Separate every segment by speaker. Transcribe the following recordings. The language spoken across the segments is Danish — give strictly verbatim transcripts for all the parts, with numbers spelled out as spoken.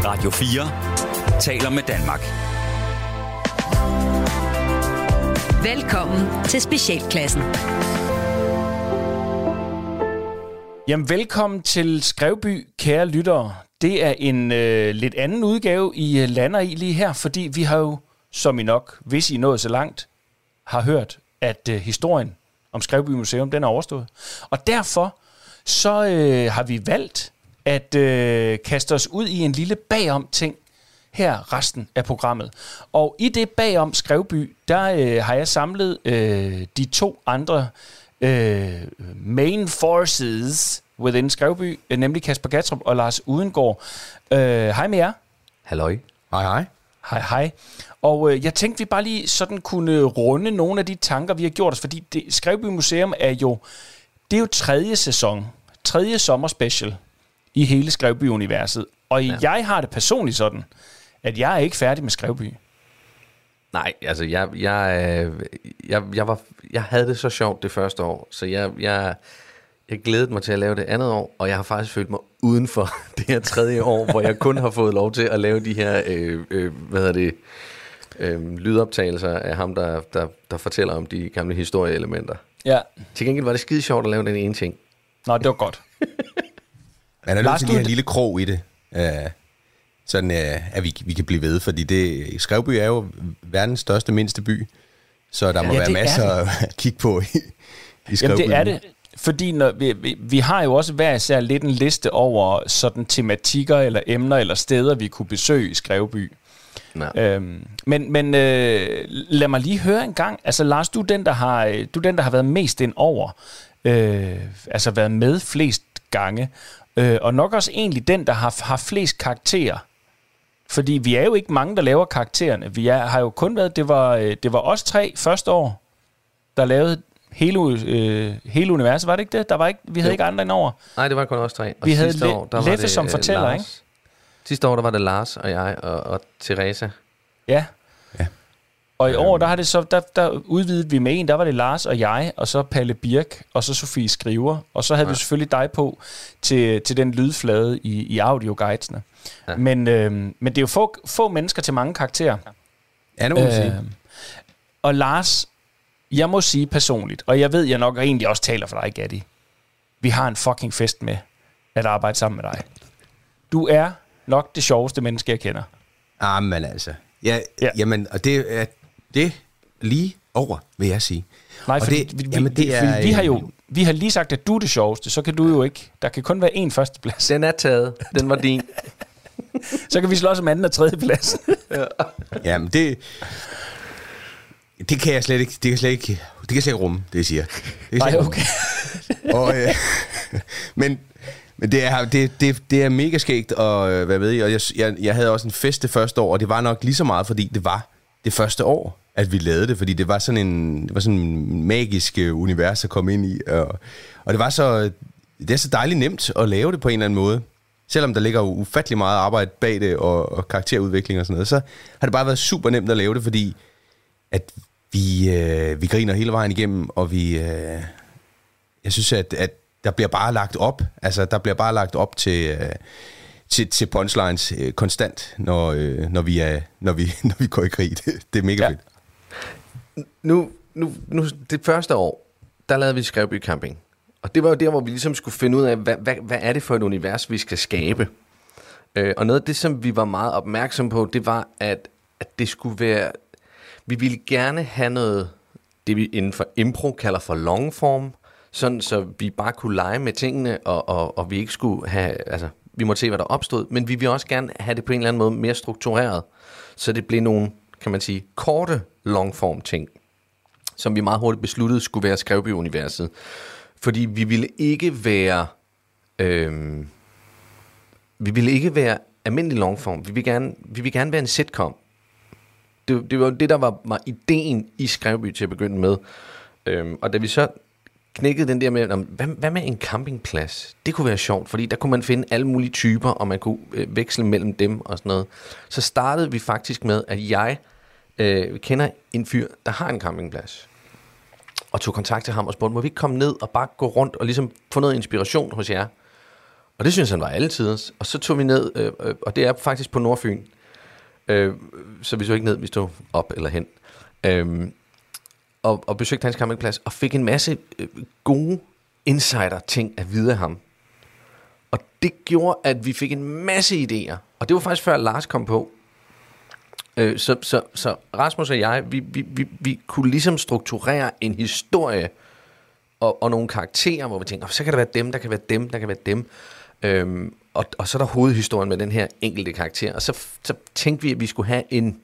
Speaker 1: Radio fire taler med Danmark.
Speaker 2: Velkommen til Specialklassen.
Speaker 3: Jamen, velkommen til Skrevby, kære lyttere. Det er en øh, lidt anden udgave, I øh, lander i lige her, fordi vi har jo, som I nok, hvis I nåede så langt, har hørt, at øh, historien om Skrevby Museum, den er overstået. Og derfor så øh, har vi valgt at øh, kaste os ud i en lille bagom-ting her resten af programmet. Og i det bagom Skrevby, der øh, har jeg samlet øh, de to andre øh, main forces within Skrevby, øh, nemlig Kasper Gattrup og Lars Udengård. Øh, hej med jer.
Speaker 4: Halløj.
Speaker 5: Hej, hej.
Speaker 3: Hej, hej. Og øh, jeg tænkte, vi bare lige sådan kunne runde nogle af de tanker, vi har gjort os, fordi det, Skrevby Museum er jo, det er jo tredje sæson, tredje sommerspecial i hele Skrevby-universet. Og ja. Jeg har det personligt sådan, at jeg er ikke færdig med Skrevby.
Speaker 4: Nej, altså jeg, jeg, jeg, jeg, var, jeg havde det så sjovt det første år, så jeg, jeg, jeg glædede mig til at lave det andet år, og jeg har faktisk følt mig uden for det her tredje år, hvor jeg kun har fået lov til at lave de her, øh, øh, hvad hedder det, øh, lydoptagelser af ham, der, der, der fortæller om de gamle historieelementer.
Speaker 3: Ja.
Speaker 4: Til gengæld var det skide sjovt at lave den ene ting.
Speaker 3: Nå, det var godt.
Speaker 5: Man er nødt til lige en lille krog i det, uh, sådan uh, at vi, vi kan blive ved, fordi det, Skrevby er jo verdens største mindste by, så der må ja, være masser at kigge på i, i Skrevby.
Speaker 3: Jamen det er det, fordi når vi, vi, vi har jo også hver især lidt en liste over sådan tematikker eller emner eller steder, vi kunne besøge i Skrevby. Øhm, men men øh, lad mig lige høre en gang. Altså Lars, du er den, der har, du er den, der har været mest ind over, øh, altså været med flest gange. Øh, og nok også egentlig den, der har, har flest karakterer. Fordi vi er jo ikke mange, der laver karaktererne. Vi er, har jo kun været, det var, det var os tre første år, der lavede hele, øh, hele universet, var det ikke det? Der var ikke, vi havde jo ikke andre end over.
Speaker 4: Nej, det var kun os tre.
Speaker 3: Og vi havde Le- år, der Leffe som fortæller,
Speaker 4: Lars.
Speaker 3: ikke?
Speaker 4: Sidste år, der var det Lars og jeg og, og Teresa.
Speaker 3: Ja.
Speaker 5: Ja.
Speaker 3: Og i år, der har det så, der, der udvidede vi med en, der var det Lars og jeg, og så Palle Birk, og så Sofie Skriver, og så havde ja. vi selvfølgelig dig på til, til den lydflade i, i audioguidesene. Ja. Men, øh, men det er jo få, få mennesker til mange karakterer.
Speaker 5: Ja, det må man øh, sige.
Speaker 3: Og Lars, jeg må sige personligt, og jeg ved, jeg nok egentlig også taler for dig, Gatti. Vi har en fucking fest med at arbejde sammen med dig. Du er nok det sjoveste menneske, jeg kender.
Speaker 5: Ah, men altså. Ja,
Speaker 3: ja.
Speaker 5: Jamen, og det er det lige over, vil jeg sige.
Speaker 3: Nej,
Speaker 5: og
Speaker 3: fordi,
Speaker 5: det,
Speaker 3: vi,
Speaker 5: jamen, det
Speaker 3: fordi
Speaker 5: er,
Speaker 3: vi har jo vi har lige sagt, at du er det sjoveste, så kan du jo ikke. Der kan kun være én førsteplads.
Speaker 4: Den er taget. Den var din.
Speaker 3: Så kan vi slås om anden og tredje plads.
Speaker 5: Ja. Jamen, det det kan jeg slet ikke, det kan slet ikke, det kan slet ikke rumme, det jeg siger. Det
Speaker 3: Nej, okay.
Speaker 5: og, øh, men Men det er, det, det, det er mega skægt, og hvad ved jeg, og jeg, jeg, jeg havde også en fest det første år, og det var nok lige så meget, fordi det var det første år, at vi lavede det, fordi det var sådan en, det var sådan en magisk univers at komme ind i, og, og det var så, det er så dejligt nemt at lave det på en eller anden måde, selvom der ligger ufattelig meget arbejde bag det, og, og karakterudvikling og sådan noget, så har det bare været super nemt at lave det, fordi at vi, øh, vi griner hele vejen igennem, og vi, øh, jeg synes, at, at der bliver bare lagt op, altså der bliver bare lagt op til øh, til, til punchlines øh, konstant, når øh, når vi er når vi når vi går i krig. Det, det er mega ja. fedt.
Speaker 4: Nu nu nu det første år, der lavede vi Skrevby Camping. Og det var jo der, hvor vi ligesom skulle finde ud af, hvad hvad hvad er det for et univers, vi skal skabe. Øh, og noget af det, som vi var meget opmærksom på, det var at at det skulle være, vi ville gerne have noget, det vi inden for impro kalder for longform. Sådan, så vi bare kunne lege med tingene, og, og, og vi ikke skulle have, altså, vi måtte se, hvad der opstod, men vi ville også gerne have det på en eller anden måde mere struktureret, så det blev nogle, kan man sige, korte longform ting, som vi meget hurtigt besluttede skulle være Skrevby-universet. Fordi vi ville ikke være, øh, vi ville ikke være almindelig longform, vi ville gerne, vi ville gerne være en sitcom. Det, det var det, der var, var ideen i Skrevby til at begynde med, øh, og da vi så knækkede den der med, hvad, hvad med en campingplads? Det kunne være sjovt, fordi der kunne man finde alle mulige typer, og man kunne øh, veksle mellem dem og sådan noget. Så startede vi faktisk med, at jeg øh, kender en fyr, der har en campingplads, og tog kontakt til ham og spurgte, må vi ikke komme ned og bare gå rundt og ligesom få noget inspiration hos jer? Og det synes han var altid. Og så tog vi ned, øh, øh, og det er faktisk på Nordfyn. Øh, så vi så ikke ned, vi stod op eller hen. Øh, og, og besøgte hans campingplads, og fik en masse øh, gode insider-ting at vide af ham. Og det gjorde, at vi fik en masse idéer. Og det var faktisk før Lars kom på. Øh, så, så, så Rasmus og jeg, vi, vi, vi, vi kunne ligesom strukturere en historie og, og nogle karakterer, hvor vi tænker, så kan der være dem, der kan være dem, der kan være dem. Øhm, og, og så er der hovedhistorien med den her enkelte karakter. Og så, så tænkte vi, at vi skulle have en,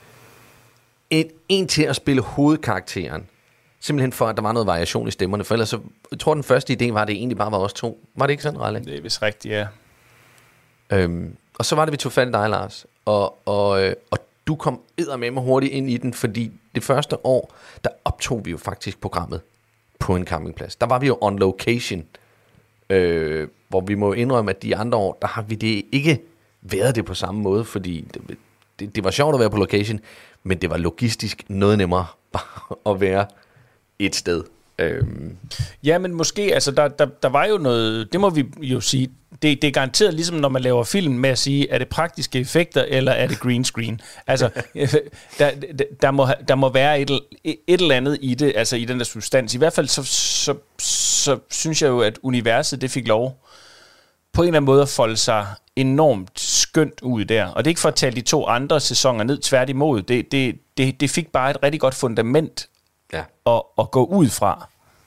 Speaker 4: en, en til at spille hovedkarakteren. Simpelthen for, at der var noget variation i stemmerne. For ellers så, jeg tror, den første idé var, at det egentlig bare var os to. Var det ikke sådan, Ralle?
Speaker 3: Det er vist rigtigt, ja.
Speaker 4: Øhm, og så var det, vi tog fat i dig, Lars. Og, og, øh, og du kom eddermame hurtigt ind i den, fordi det første år, der optog vi jo faktisk programmet på en campingplads. Der var vi jo on location, øh, hvor vi må indrømme, at de andre år, der har vi det ikke været det på samme måde, fordi det, det, det var sjovt at være på location, men det var logistisk noget nemmere bare at være et sted. Øhm.
Speaker 3: Ja, men måske, altså der, der, der var jo noget, det må vi jo sige, det, det er garanteret ligesom når man laver film med at sige, er det praktiske effekter, eller er det green screen? Altså, der, der, må, der må være et, et eller andet i det, altså i den der substans. I hvert fald så, så, så synes jeg jo, at universet, det fik lov på en eller anden måde at folde sig enormt skønt ud der. Og det er ikke for at tale de to andre sæsoner ned, tværtimod. Det, det, det, det fik bare et rigtig godt fundament ja. at, at gå ud fra.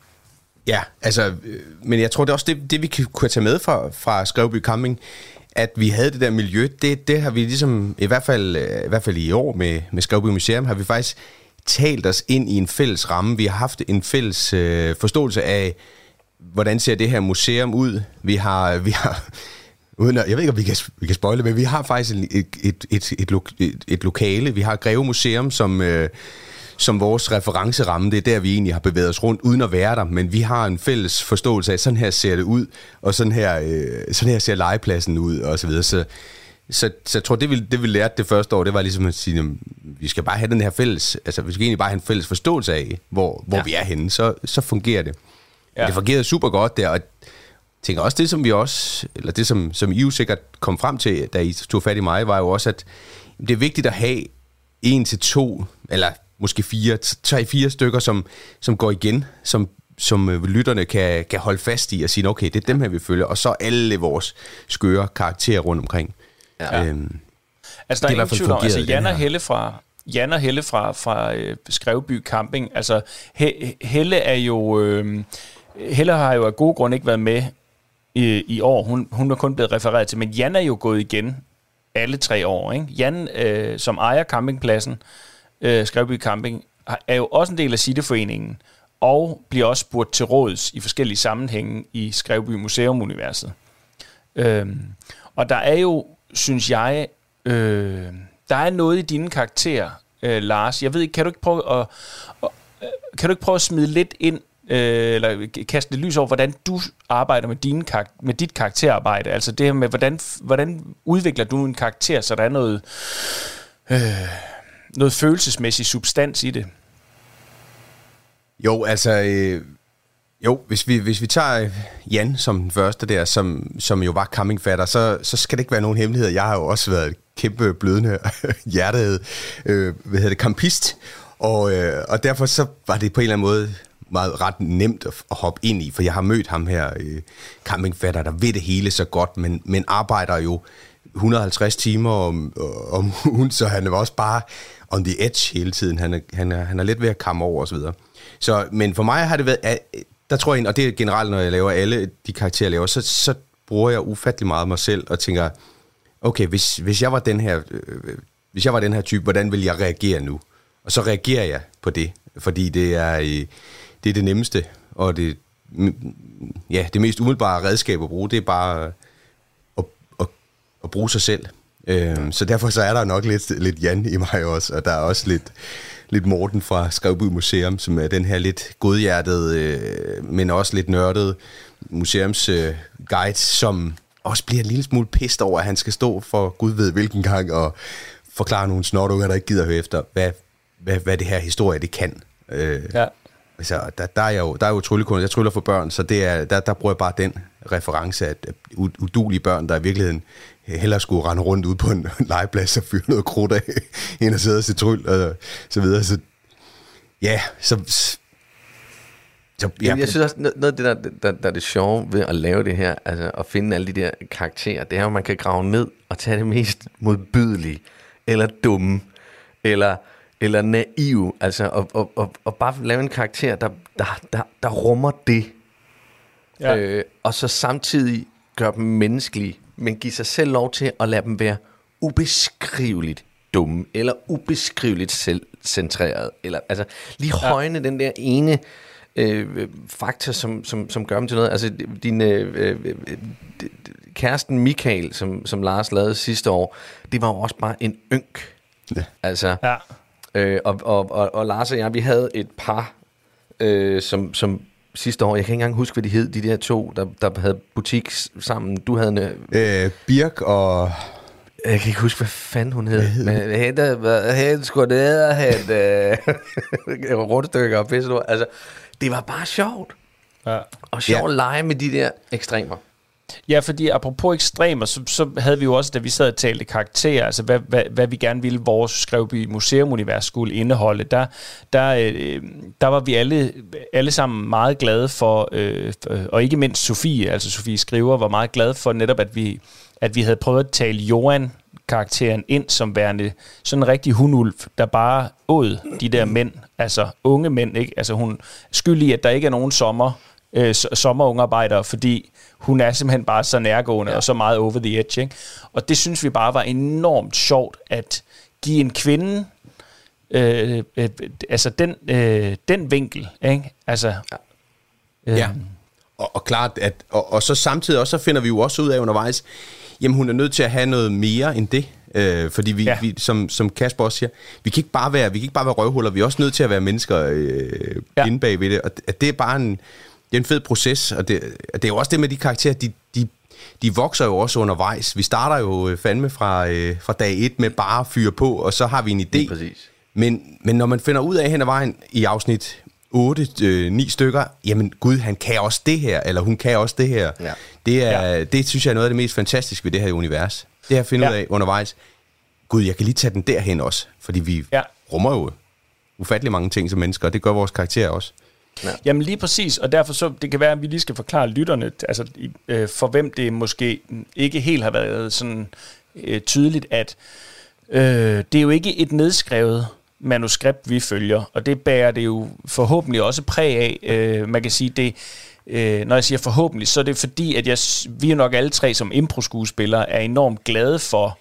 Speaker 5: Ja, altså, men jeg tror det er også det, det vi kunne tage med fra, fra Skrevby Camping, at vi havde det der miljø, det, det har vi ligesom, i hvert fald, i hvert fald i år med, med Skrevby Museum, har vi faktisk talt os ind i en fælles ramme. Vi har haft en fælles øh, forståelse af, hvordan ser det her museum ud. Vi har, vi har uden at, jeg ved ikke, om vi kan, vi kan spoile, men vi har faktisk et, et, et, et, et, lo, et, et lokale. Vi har Greve Museum, som... Øh, som vores referenceramme, det er der, vi egentlig har bevæget os rundt, uden at være der, men vi har en fælles forståelse af, sådan her ser det ud, og sådan her, øh, sådan her ser legepladsen ud, og så videre. Så, så, så jeg tror, det vi, det vi lærte det første år, det var ligesom at sige, at vi skal bare have den her fælles, altså vi skal egentlig bare have en fælles forståelse af, hvor, hvor ja. vi er henne, så, så fungerer det. Ja. Det fungerede super godt der, og jeg tænker også det, som vi også, eller det, som, som I jo sikkert kom frem til, da I tog fat i mig, var jo også, at det er vigtigt at have en til to, eller måske fire, tre, fire stykker, som, som går igen, som, som lytterne kan, kan holde fast i og sige, okay, det er dem her, vi følger, og så alle vores skøre karakterer rundt omkring. Ja. Øhm,
Speaker 3: altså, der er ingen tvivl om, altså Jan og Helle fra, Jan og Helle fra, fra øh, Skrevby Camping, altså He, Helle er jo, øh, Helle har jo af gode grunde ikke været med i, i år, hun, hun er kun blevet refereret til, men Jan er jo gået igen alle tre år, ikke? Jan, øh, som ejer campingpladsen, Øh, Skrevby Camping, er jo også en del af Sitteforeningen, og bliver også spurgt til råds i forskellige sammenhænge i Skrevby Museum-universet. Øhm, og der er jo, synes jeg, øh, der er noget i dine karakterer, øh, Lars. Jeg ved ikke, kan du ikke prøve at, at, kan du ikke prøve at smide lidt ind, øh, eller kaste lidt lys over, hvordan du arbejder med, dine, med dit karakterarbejde? Altså det her med, hvordan, hvordan udvikler du en karakter, så der er noget... Øh, noget følelsesmæssig substans i det?
Speaker 5: Jo, altså... Øh, jo, hvis vi, hvis vi tager Jan som den første der, som, som jo var campingfatter, så, så skal det ikke være nogen hemmelighed. Jeg har jo også været kæmpe blødende hjertet, øh, hvad hedder det, campist, og, øh, og derfor så var det på en eller anden måde meget ret nemt at, at hoppe ind i, for jeg har mødt ham her, øh, campingfatter, der ved det hele så godt, men, men arbejder jo et hundrede og halvtreds timer om, om ugen, så han er også bare on the edge hele tiden. Han er, han er, han er lidt ved at kamme over og så videre. Så, men for mig har det været, der tror jeg, og det er generelt, når jeg laver alle de karakterer, jeg laver, så, så bruger jeg ufattelig meget mig selv og tænker, okay, hvis, hvis jeg var den her, øh, hvis jeg var den her type, hvordan vil jeg reagere nu? Og så reagerer jeg på det, fordi det er, det er det nemmeste, og det, ja, det mest umiddelbare redskab at bruge, det er bare at, at, at bruge sig selv. Øhm, så derfor så er der nok lidt, lidt Jan i mig også, og der er også lidt, lidt Morten fra Skrevby Museum, som er den her lidt godhjertede, øh, men også lidt nørdede museumsguide, øh, som også bliver en lille smule pist over, at han skal stå for Gud ved hvilken gang og forklare nogle snotunger, der ikke gider høre efter, hvad, hvad, hvad det her historie det kan. Øh, ja. Altså, der, der er jo, der er jo tryllekunst. Jeg tryller for børn, så det er, der, der bruger jeg bare den. reference, at udulige børn, der i virkeligheden hellere skulle rende rundt ud på en legeplads og fyre noget krudt af, end at sidde og se tryl, og så videre. Så ja, så... så
Speaker 4: ja. Jeg synes også, noget af det, der, der, der er det sjove ved at lave det her, altså at finde alle de der karakterer, det er jo, at man kan grave ned og tage det mest modbydelige, eller dumme, eller... eller naiv, altså, og, og, og, og bare lave en karakter, der, der, der, der rummer det, ja. øh, og så samtidig gøre dem menneskelige, men give sig selv lov til at lade dem være ubeskriveligt dumme, eller ubeskriveligt selvcentreret, eller altså lige højne ja. den der ene øh, faktor, som, som, som gør dem til noget. Altså din øh, øh, kæresten Michael, som, som Lars lavede sidste år, det var jo også bare en ynk. Ja. Altså... Ja. Øh, og, og, og, og Lars og jeg, vi havde et par, øh, som, som sidste år, jeg kan ikke engang huske, hvad de hed, de der to, der, der havde butik sammen. Du havde en...
Speaker 5: Øh, Birk og...
Speaker 4: Jeg kan ikke huske, hvad fanden hun hed. Men hen skulle det hedde, hen rundstykker og pisse. Altså, det var bare sjovt. Ja. Og sjovt ja. at lege med de der ekstremer.
Speaker 3: Ja, fordi apropos ekstremer, så, så havde vi jo også, da vi sad og talte karakterer, altså hvad, hvad, hvad vi gerne ville, vores Skrevby Museumunivers skulle indeholde, der, der, øh, der var vi alle, alle sammen meget glade for, øh, og ikke mindst Sofie, altså Sofie Skriver, var meget glad for netop, at vi, at vi havde prøvet at tale Johan-karakteren ind som værende sådan en rigtig hundulv, der bare åd de der mænd, altså unge mænd, ikke? Altså hun skyld i, at der ikke er nogen sommer, øh, sommerungarbejdere, fordi hun er simpelthen bare så nærgående ja. og så meget over the edge, ikke? Og det synes vi bare var enormt sjovt, at give en kvinde øh, øh, altså den, øh, den vinkel, ikke? Altså,
Speaker 5: ja. Øh, ja. Og, og klart, at, og, og så samtidig også, så finder vi jo også ud af undervejs, jamen hun er nødt til at have noget mere end det. Øh, fordi vi, ja. vi som, som Kasper også siger, vi kan ikke bare være, vi kan ikke bare være røvhuller, vi er også nødt til at være mennesker øh, ja. inde bag ved det. Og at det er bare en... Det er en fed proces, og det, det er jo også det med de karakterer, de, de, de vokser jo også undervejs. Vi starter jo fandme fra, øh, fra dag et med bare at fyre på, og så har vi en idé.
Speaker 4: Præcis.
Speaker 5: Men, men når man finder ud af hen ad vejen i afsnit otte ni stykker, jamen gud, han kan også det her, eller hun kan også det her. Ja. Det, er, ja. det synes jeg er noget af det mest fantastiske ved det her univers. Det at finde ja. ud af undervejs, gud, jeg kan lige tage den derhen også, fordi vi ja. rummer jo ufattelig mange ting som mennesker, og det gør vores karakterer også.
Speaker 3: Ja. Jamen lige præcis, og derfor så det kan være, at vi lige skal forklare lytterne, altså øh, for hvem det måske ikke helt har været sådan øh, tydeligt, at øh, det er jo ikke et nedskrevet manuskript, vi følger, og det bærer det jo forhåbentlig også præg af. Øh, man kan sige, det, øh, når jeg siger forhåbentlig, så er det fordi, at jeg, vi er nok alle tre som impro-skuespillere er enormt glade for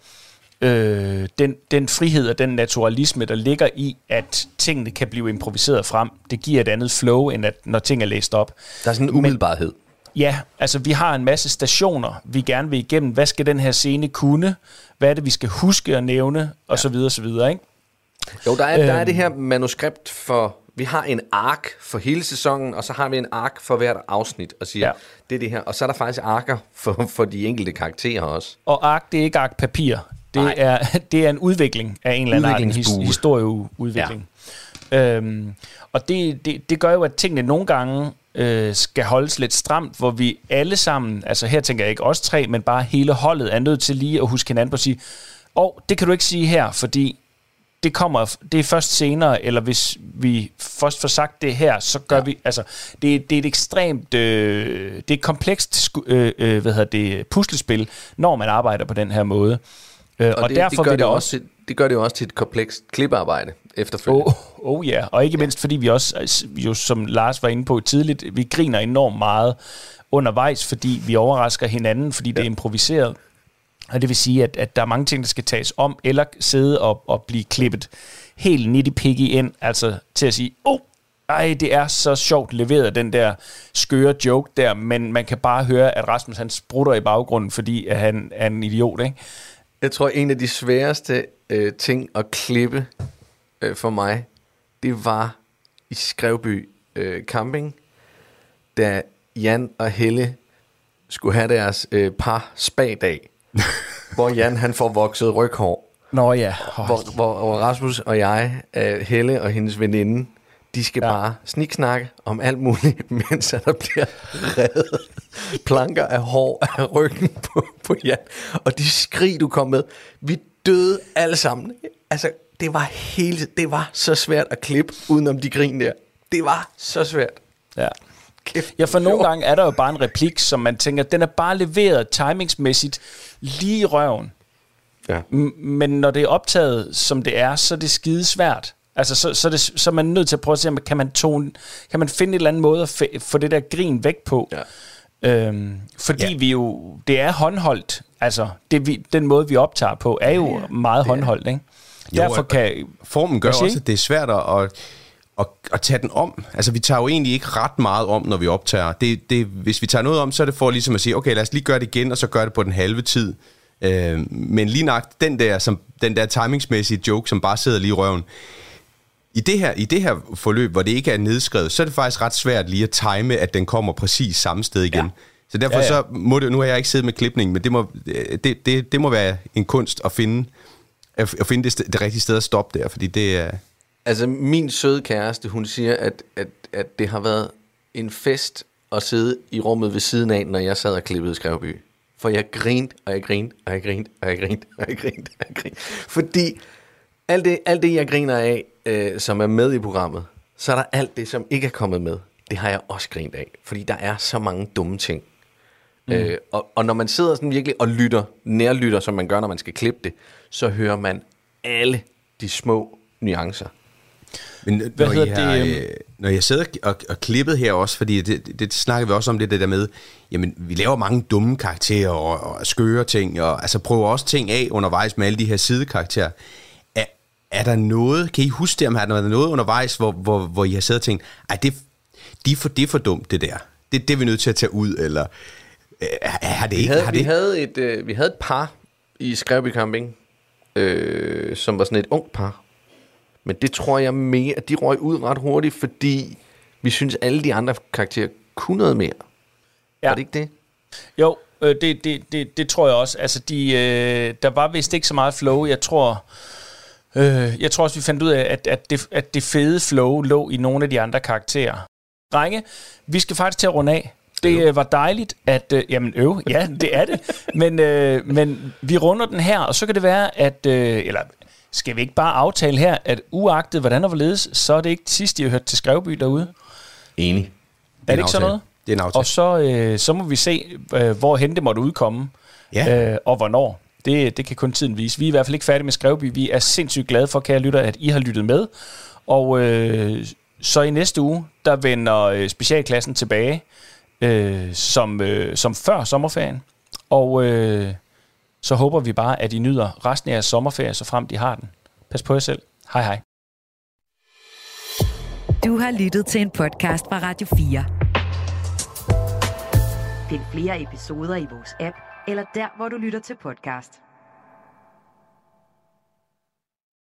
Speaker 3: Øh, den, den frihed og den naturalisme, der ligger i, at tingene kan blive improviseret frem. Det giver et andet flow, end at, når ting er læst op.
Speaker 4: Der er sådan en umiddelbarhed. Men,
Speaker 3: ja, altså vi har en masse stationer, vi gerne vil igennem. Hvad skal den her scene kunne? Hvad er det, vi skal huske at nævne? Og ja. så videre, så videre, ikke?
Speaker 4: Jo, der er, der er det her manuskript for... Vi har en ark for hele sæsonen, og så har vi en ark for hvert afsnit, og siger, ja. det er det her. Og så er der faktisk arker for, for de enkelte karakterer også.
Speaker 3: Og ark, det er ikke ark papir. Det er, det er en udvikling af en eller anden art, en his, historieudvikling. Ja. Øhm, og det, det, det gør jo, at tingene nogle gange øh, skal holdes lidt stramt, hvor vi alle sammen, altså her tænker jeg ikke os tre, men bare hele holdet er nødt til lige at huske hinanden på at sige, åh, oh, det kan du ikke sige her, fordi det kommer, det er først senere, eller hvis vi først får sagt det her, så gør ja. vi, altså, det, det er et ekstremt, øh, det er et komplekst, øh, øh, hvad hedder det, puslespil, når man arbejder på den her måde.
Speaker 4: Og, og det, derfor det, gør det, også, det gør det jo også til et komplekst klippearbejde efterfølgende.
Speaker 3: Oh, oh ja, og ikke mindst fordi vi også, jo som Lars var inde på tidligt, vi griner enormt meget undervejs, fordi vi overrasker hinanden, fordi ja. det er improviseret. Og det vil sige, at, at der er mange ting, der skal tages om, eller sidde og, og blive klippet helt nitty-picky ind, altså til at sige, åh, oh, ej, det er så sjovt leveret, den der skøre joke der, men man kan bare høre, at Rasmus han sprutter i baggrunden, fordi at han er en idiot, ikke?
Speaker 4: Jeg tror, en af de sværeste øh, ting at klippe øh, for mig, det var i Skrevby øh, Camping, da Jan og Helle skulle have deres øh, par spa-dag, hvor Jan han får vokset ryghår.
Speaker 3: Nå ja.
Speaker 4: Oh. Hvor, hvor, hvor Rasmus og jeg, øh, Helle og hendes veninde, De skal ja. bare sniksnakke om alt muligt, mens der bliver revet planker af hår af ryggen på, på Jan. Og de skrig, du kom med, vi døde alle sammen. Altså, det var hele, det var så svært at klippe udenom de grin der. Det var så svært.
Speaker 3: Ja. Ja, for nogle gange er der jo bare en replik, som man tænker, den er bare leveret timingsmæssigt lige i røven.
Speaker 4: Ja.
Speaker 3: M- men når det er optaget, som det er, så er det skide svært. Altså, så, så, er det, så er man nødt til at prøve at se, om kan man, tone, kan man finde en eller anden måde at f- få det der grin væk på. Ja. Øhm, fordi ja. vi jo, det er håndholdt. Altså, det, vi, den måde, vi optager på, er jo ja, meget håndholdt, ikke?
Speaker 5: Jo,
Speaker 3: derfor kan...
Speaker 5: Formen gør også, at det er svært at... Og, og tage den om. Altså, vi tager jo egentlig ikke ret meget om, når vi optager. Det, det, hvis vi tager noget om, så er det for ligesom at sige, okay, lad os lige gøre det igen, og så gøre det på den halve tid. Øh, men lige nøjagtigt den der, som, den der timingsmæssige joke, som bare sidder lige i røven. I det, her, I det her forløb, hvor det ikke er nedskrevet, så er det faktisk ret svært lige at time, at den kommer præcis samme sted igen. Ja. Så derfor ja, ja. så må det, nu har jeg ikke siddet med klipning, men det må, det, det, det må være en kunst at finde, at finde det, det rigtige sted at stoppe der, fordi det er...
Speaker 4: Altså, min søde kæreste, hun siger, at, at, at det har været en fest at sidde i rummet ved siden af, når jeg sad og klippede Skrevby. For jeg grinte, og jeg grinte, og jeg grinte, og jeg grinte, og jeg grinte, og jeg grinte. Fordi alt det, alt det jeg griner af, øh, som er med i programmet, så er der alt det, som ikke er kommet med. Det har jeg også grint af. Fordi der er så mange dumme ting. Mm. Øh, og, og når man sidder sådan virkelig og lytter, nærlytter, som man gør, når man skal klippe det, så hører man alle de små nuancer.
Speaker 5: Men når, jeg, det, når jeg sidder og, og klippet her også, fordi det, det, det snakker vi også om det, det der med, jamen vi laver mange dumme karakterer og, og skøre ting, og altså prøver også ting af undervejs med alle de her sidekarakterer. Er, er der noget, kan I huske det, om er der noget undervejs, hvor, hvor, hvor I har siddet og tænkt, ej, det, de for, det er for dumt det der, det, det er vi nødt til at tage ud, eller har det
Speaker 4: vi
Speaker 5: ikke?
Speaker 4: Havde,
Speaker 5: har
Speaker 4: vi,
Speaker 5: det?
Speaker 4: Havde et, øh, vi havde et par i Skrevby Camping, øh, som var sådan et ungt par. Men det tror jeg mere, at de røg ud ret hurtigt, fordi vi synes alle de andre karakterer kunne noget mere. Ja. Var det ikke det?
Speaker 3: Jo, øh, det, det, det, det tror jeg også. Altså, de, øh, der var vist ikke så meget flow. Jeg tror, øh, jeg tror også, vi fandt ud af, at, at, det, at det fede flow lå i nogle af de andre karakterer. Drenge, vi skal faktisk til at runde af. Det øh, var dejligt, at... Øh, jamen øv, ja, det er det. Men, øh, men vi runder den her, og så kan det være, at... Øh, eller... Skal vi ikke bare aftale her, at uagtet hvordan og hvorledes, så er det ikke det sidste, jeg har hørt til Skrevby derude?
Speaker 4: Enig.
Speaker 3: Er det ikke sådan noget?
Speaker 5: Det er en aftale.
Speaker 3: Og så, øh, så må vi se, øh, hvorhen det måtte udkomme,
Speaker 5: ja.
Speaker 3: øh, og hvornår. Det, det kan kun tiden vise. Vi er i hvert fald ikke færdige med Skrevby. Vi er sindssygt glade for, kære lytter, at I har lyttet med. Og øh, så i næste uge, der vender øh, specialklassen tilbage, øh, som, øh, som før sommerferien. Og... Øh, så håber vi bare, at I nyder resten af jeres sommerferie, så frem de har den. Pas på jer selv. Hej hej.
Speaker 2: Du har lyttet til en podcast fra Radio fire. Find flere episoder i vores app, eller der, hvor du lytter til podcast.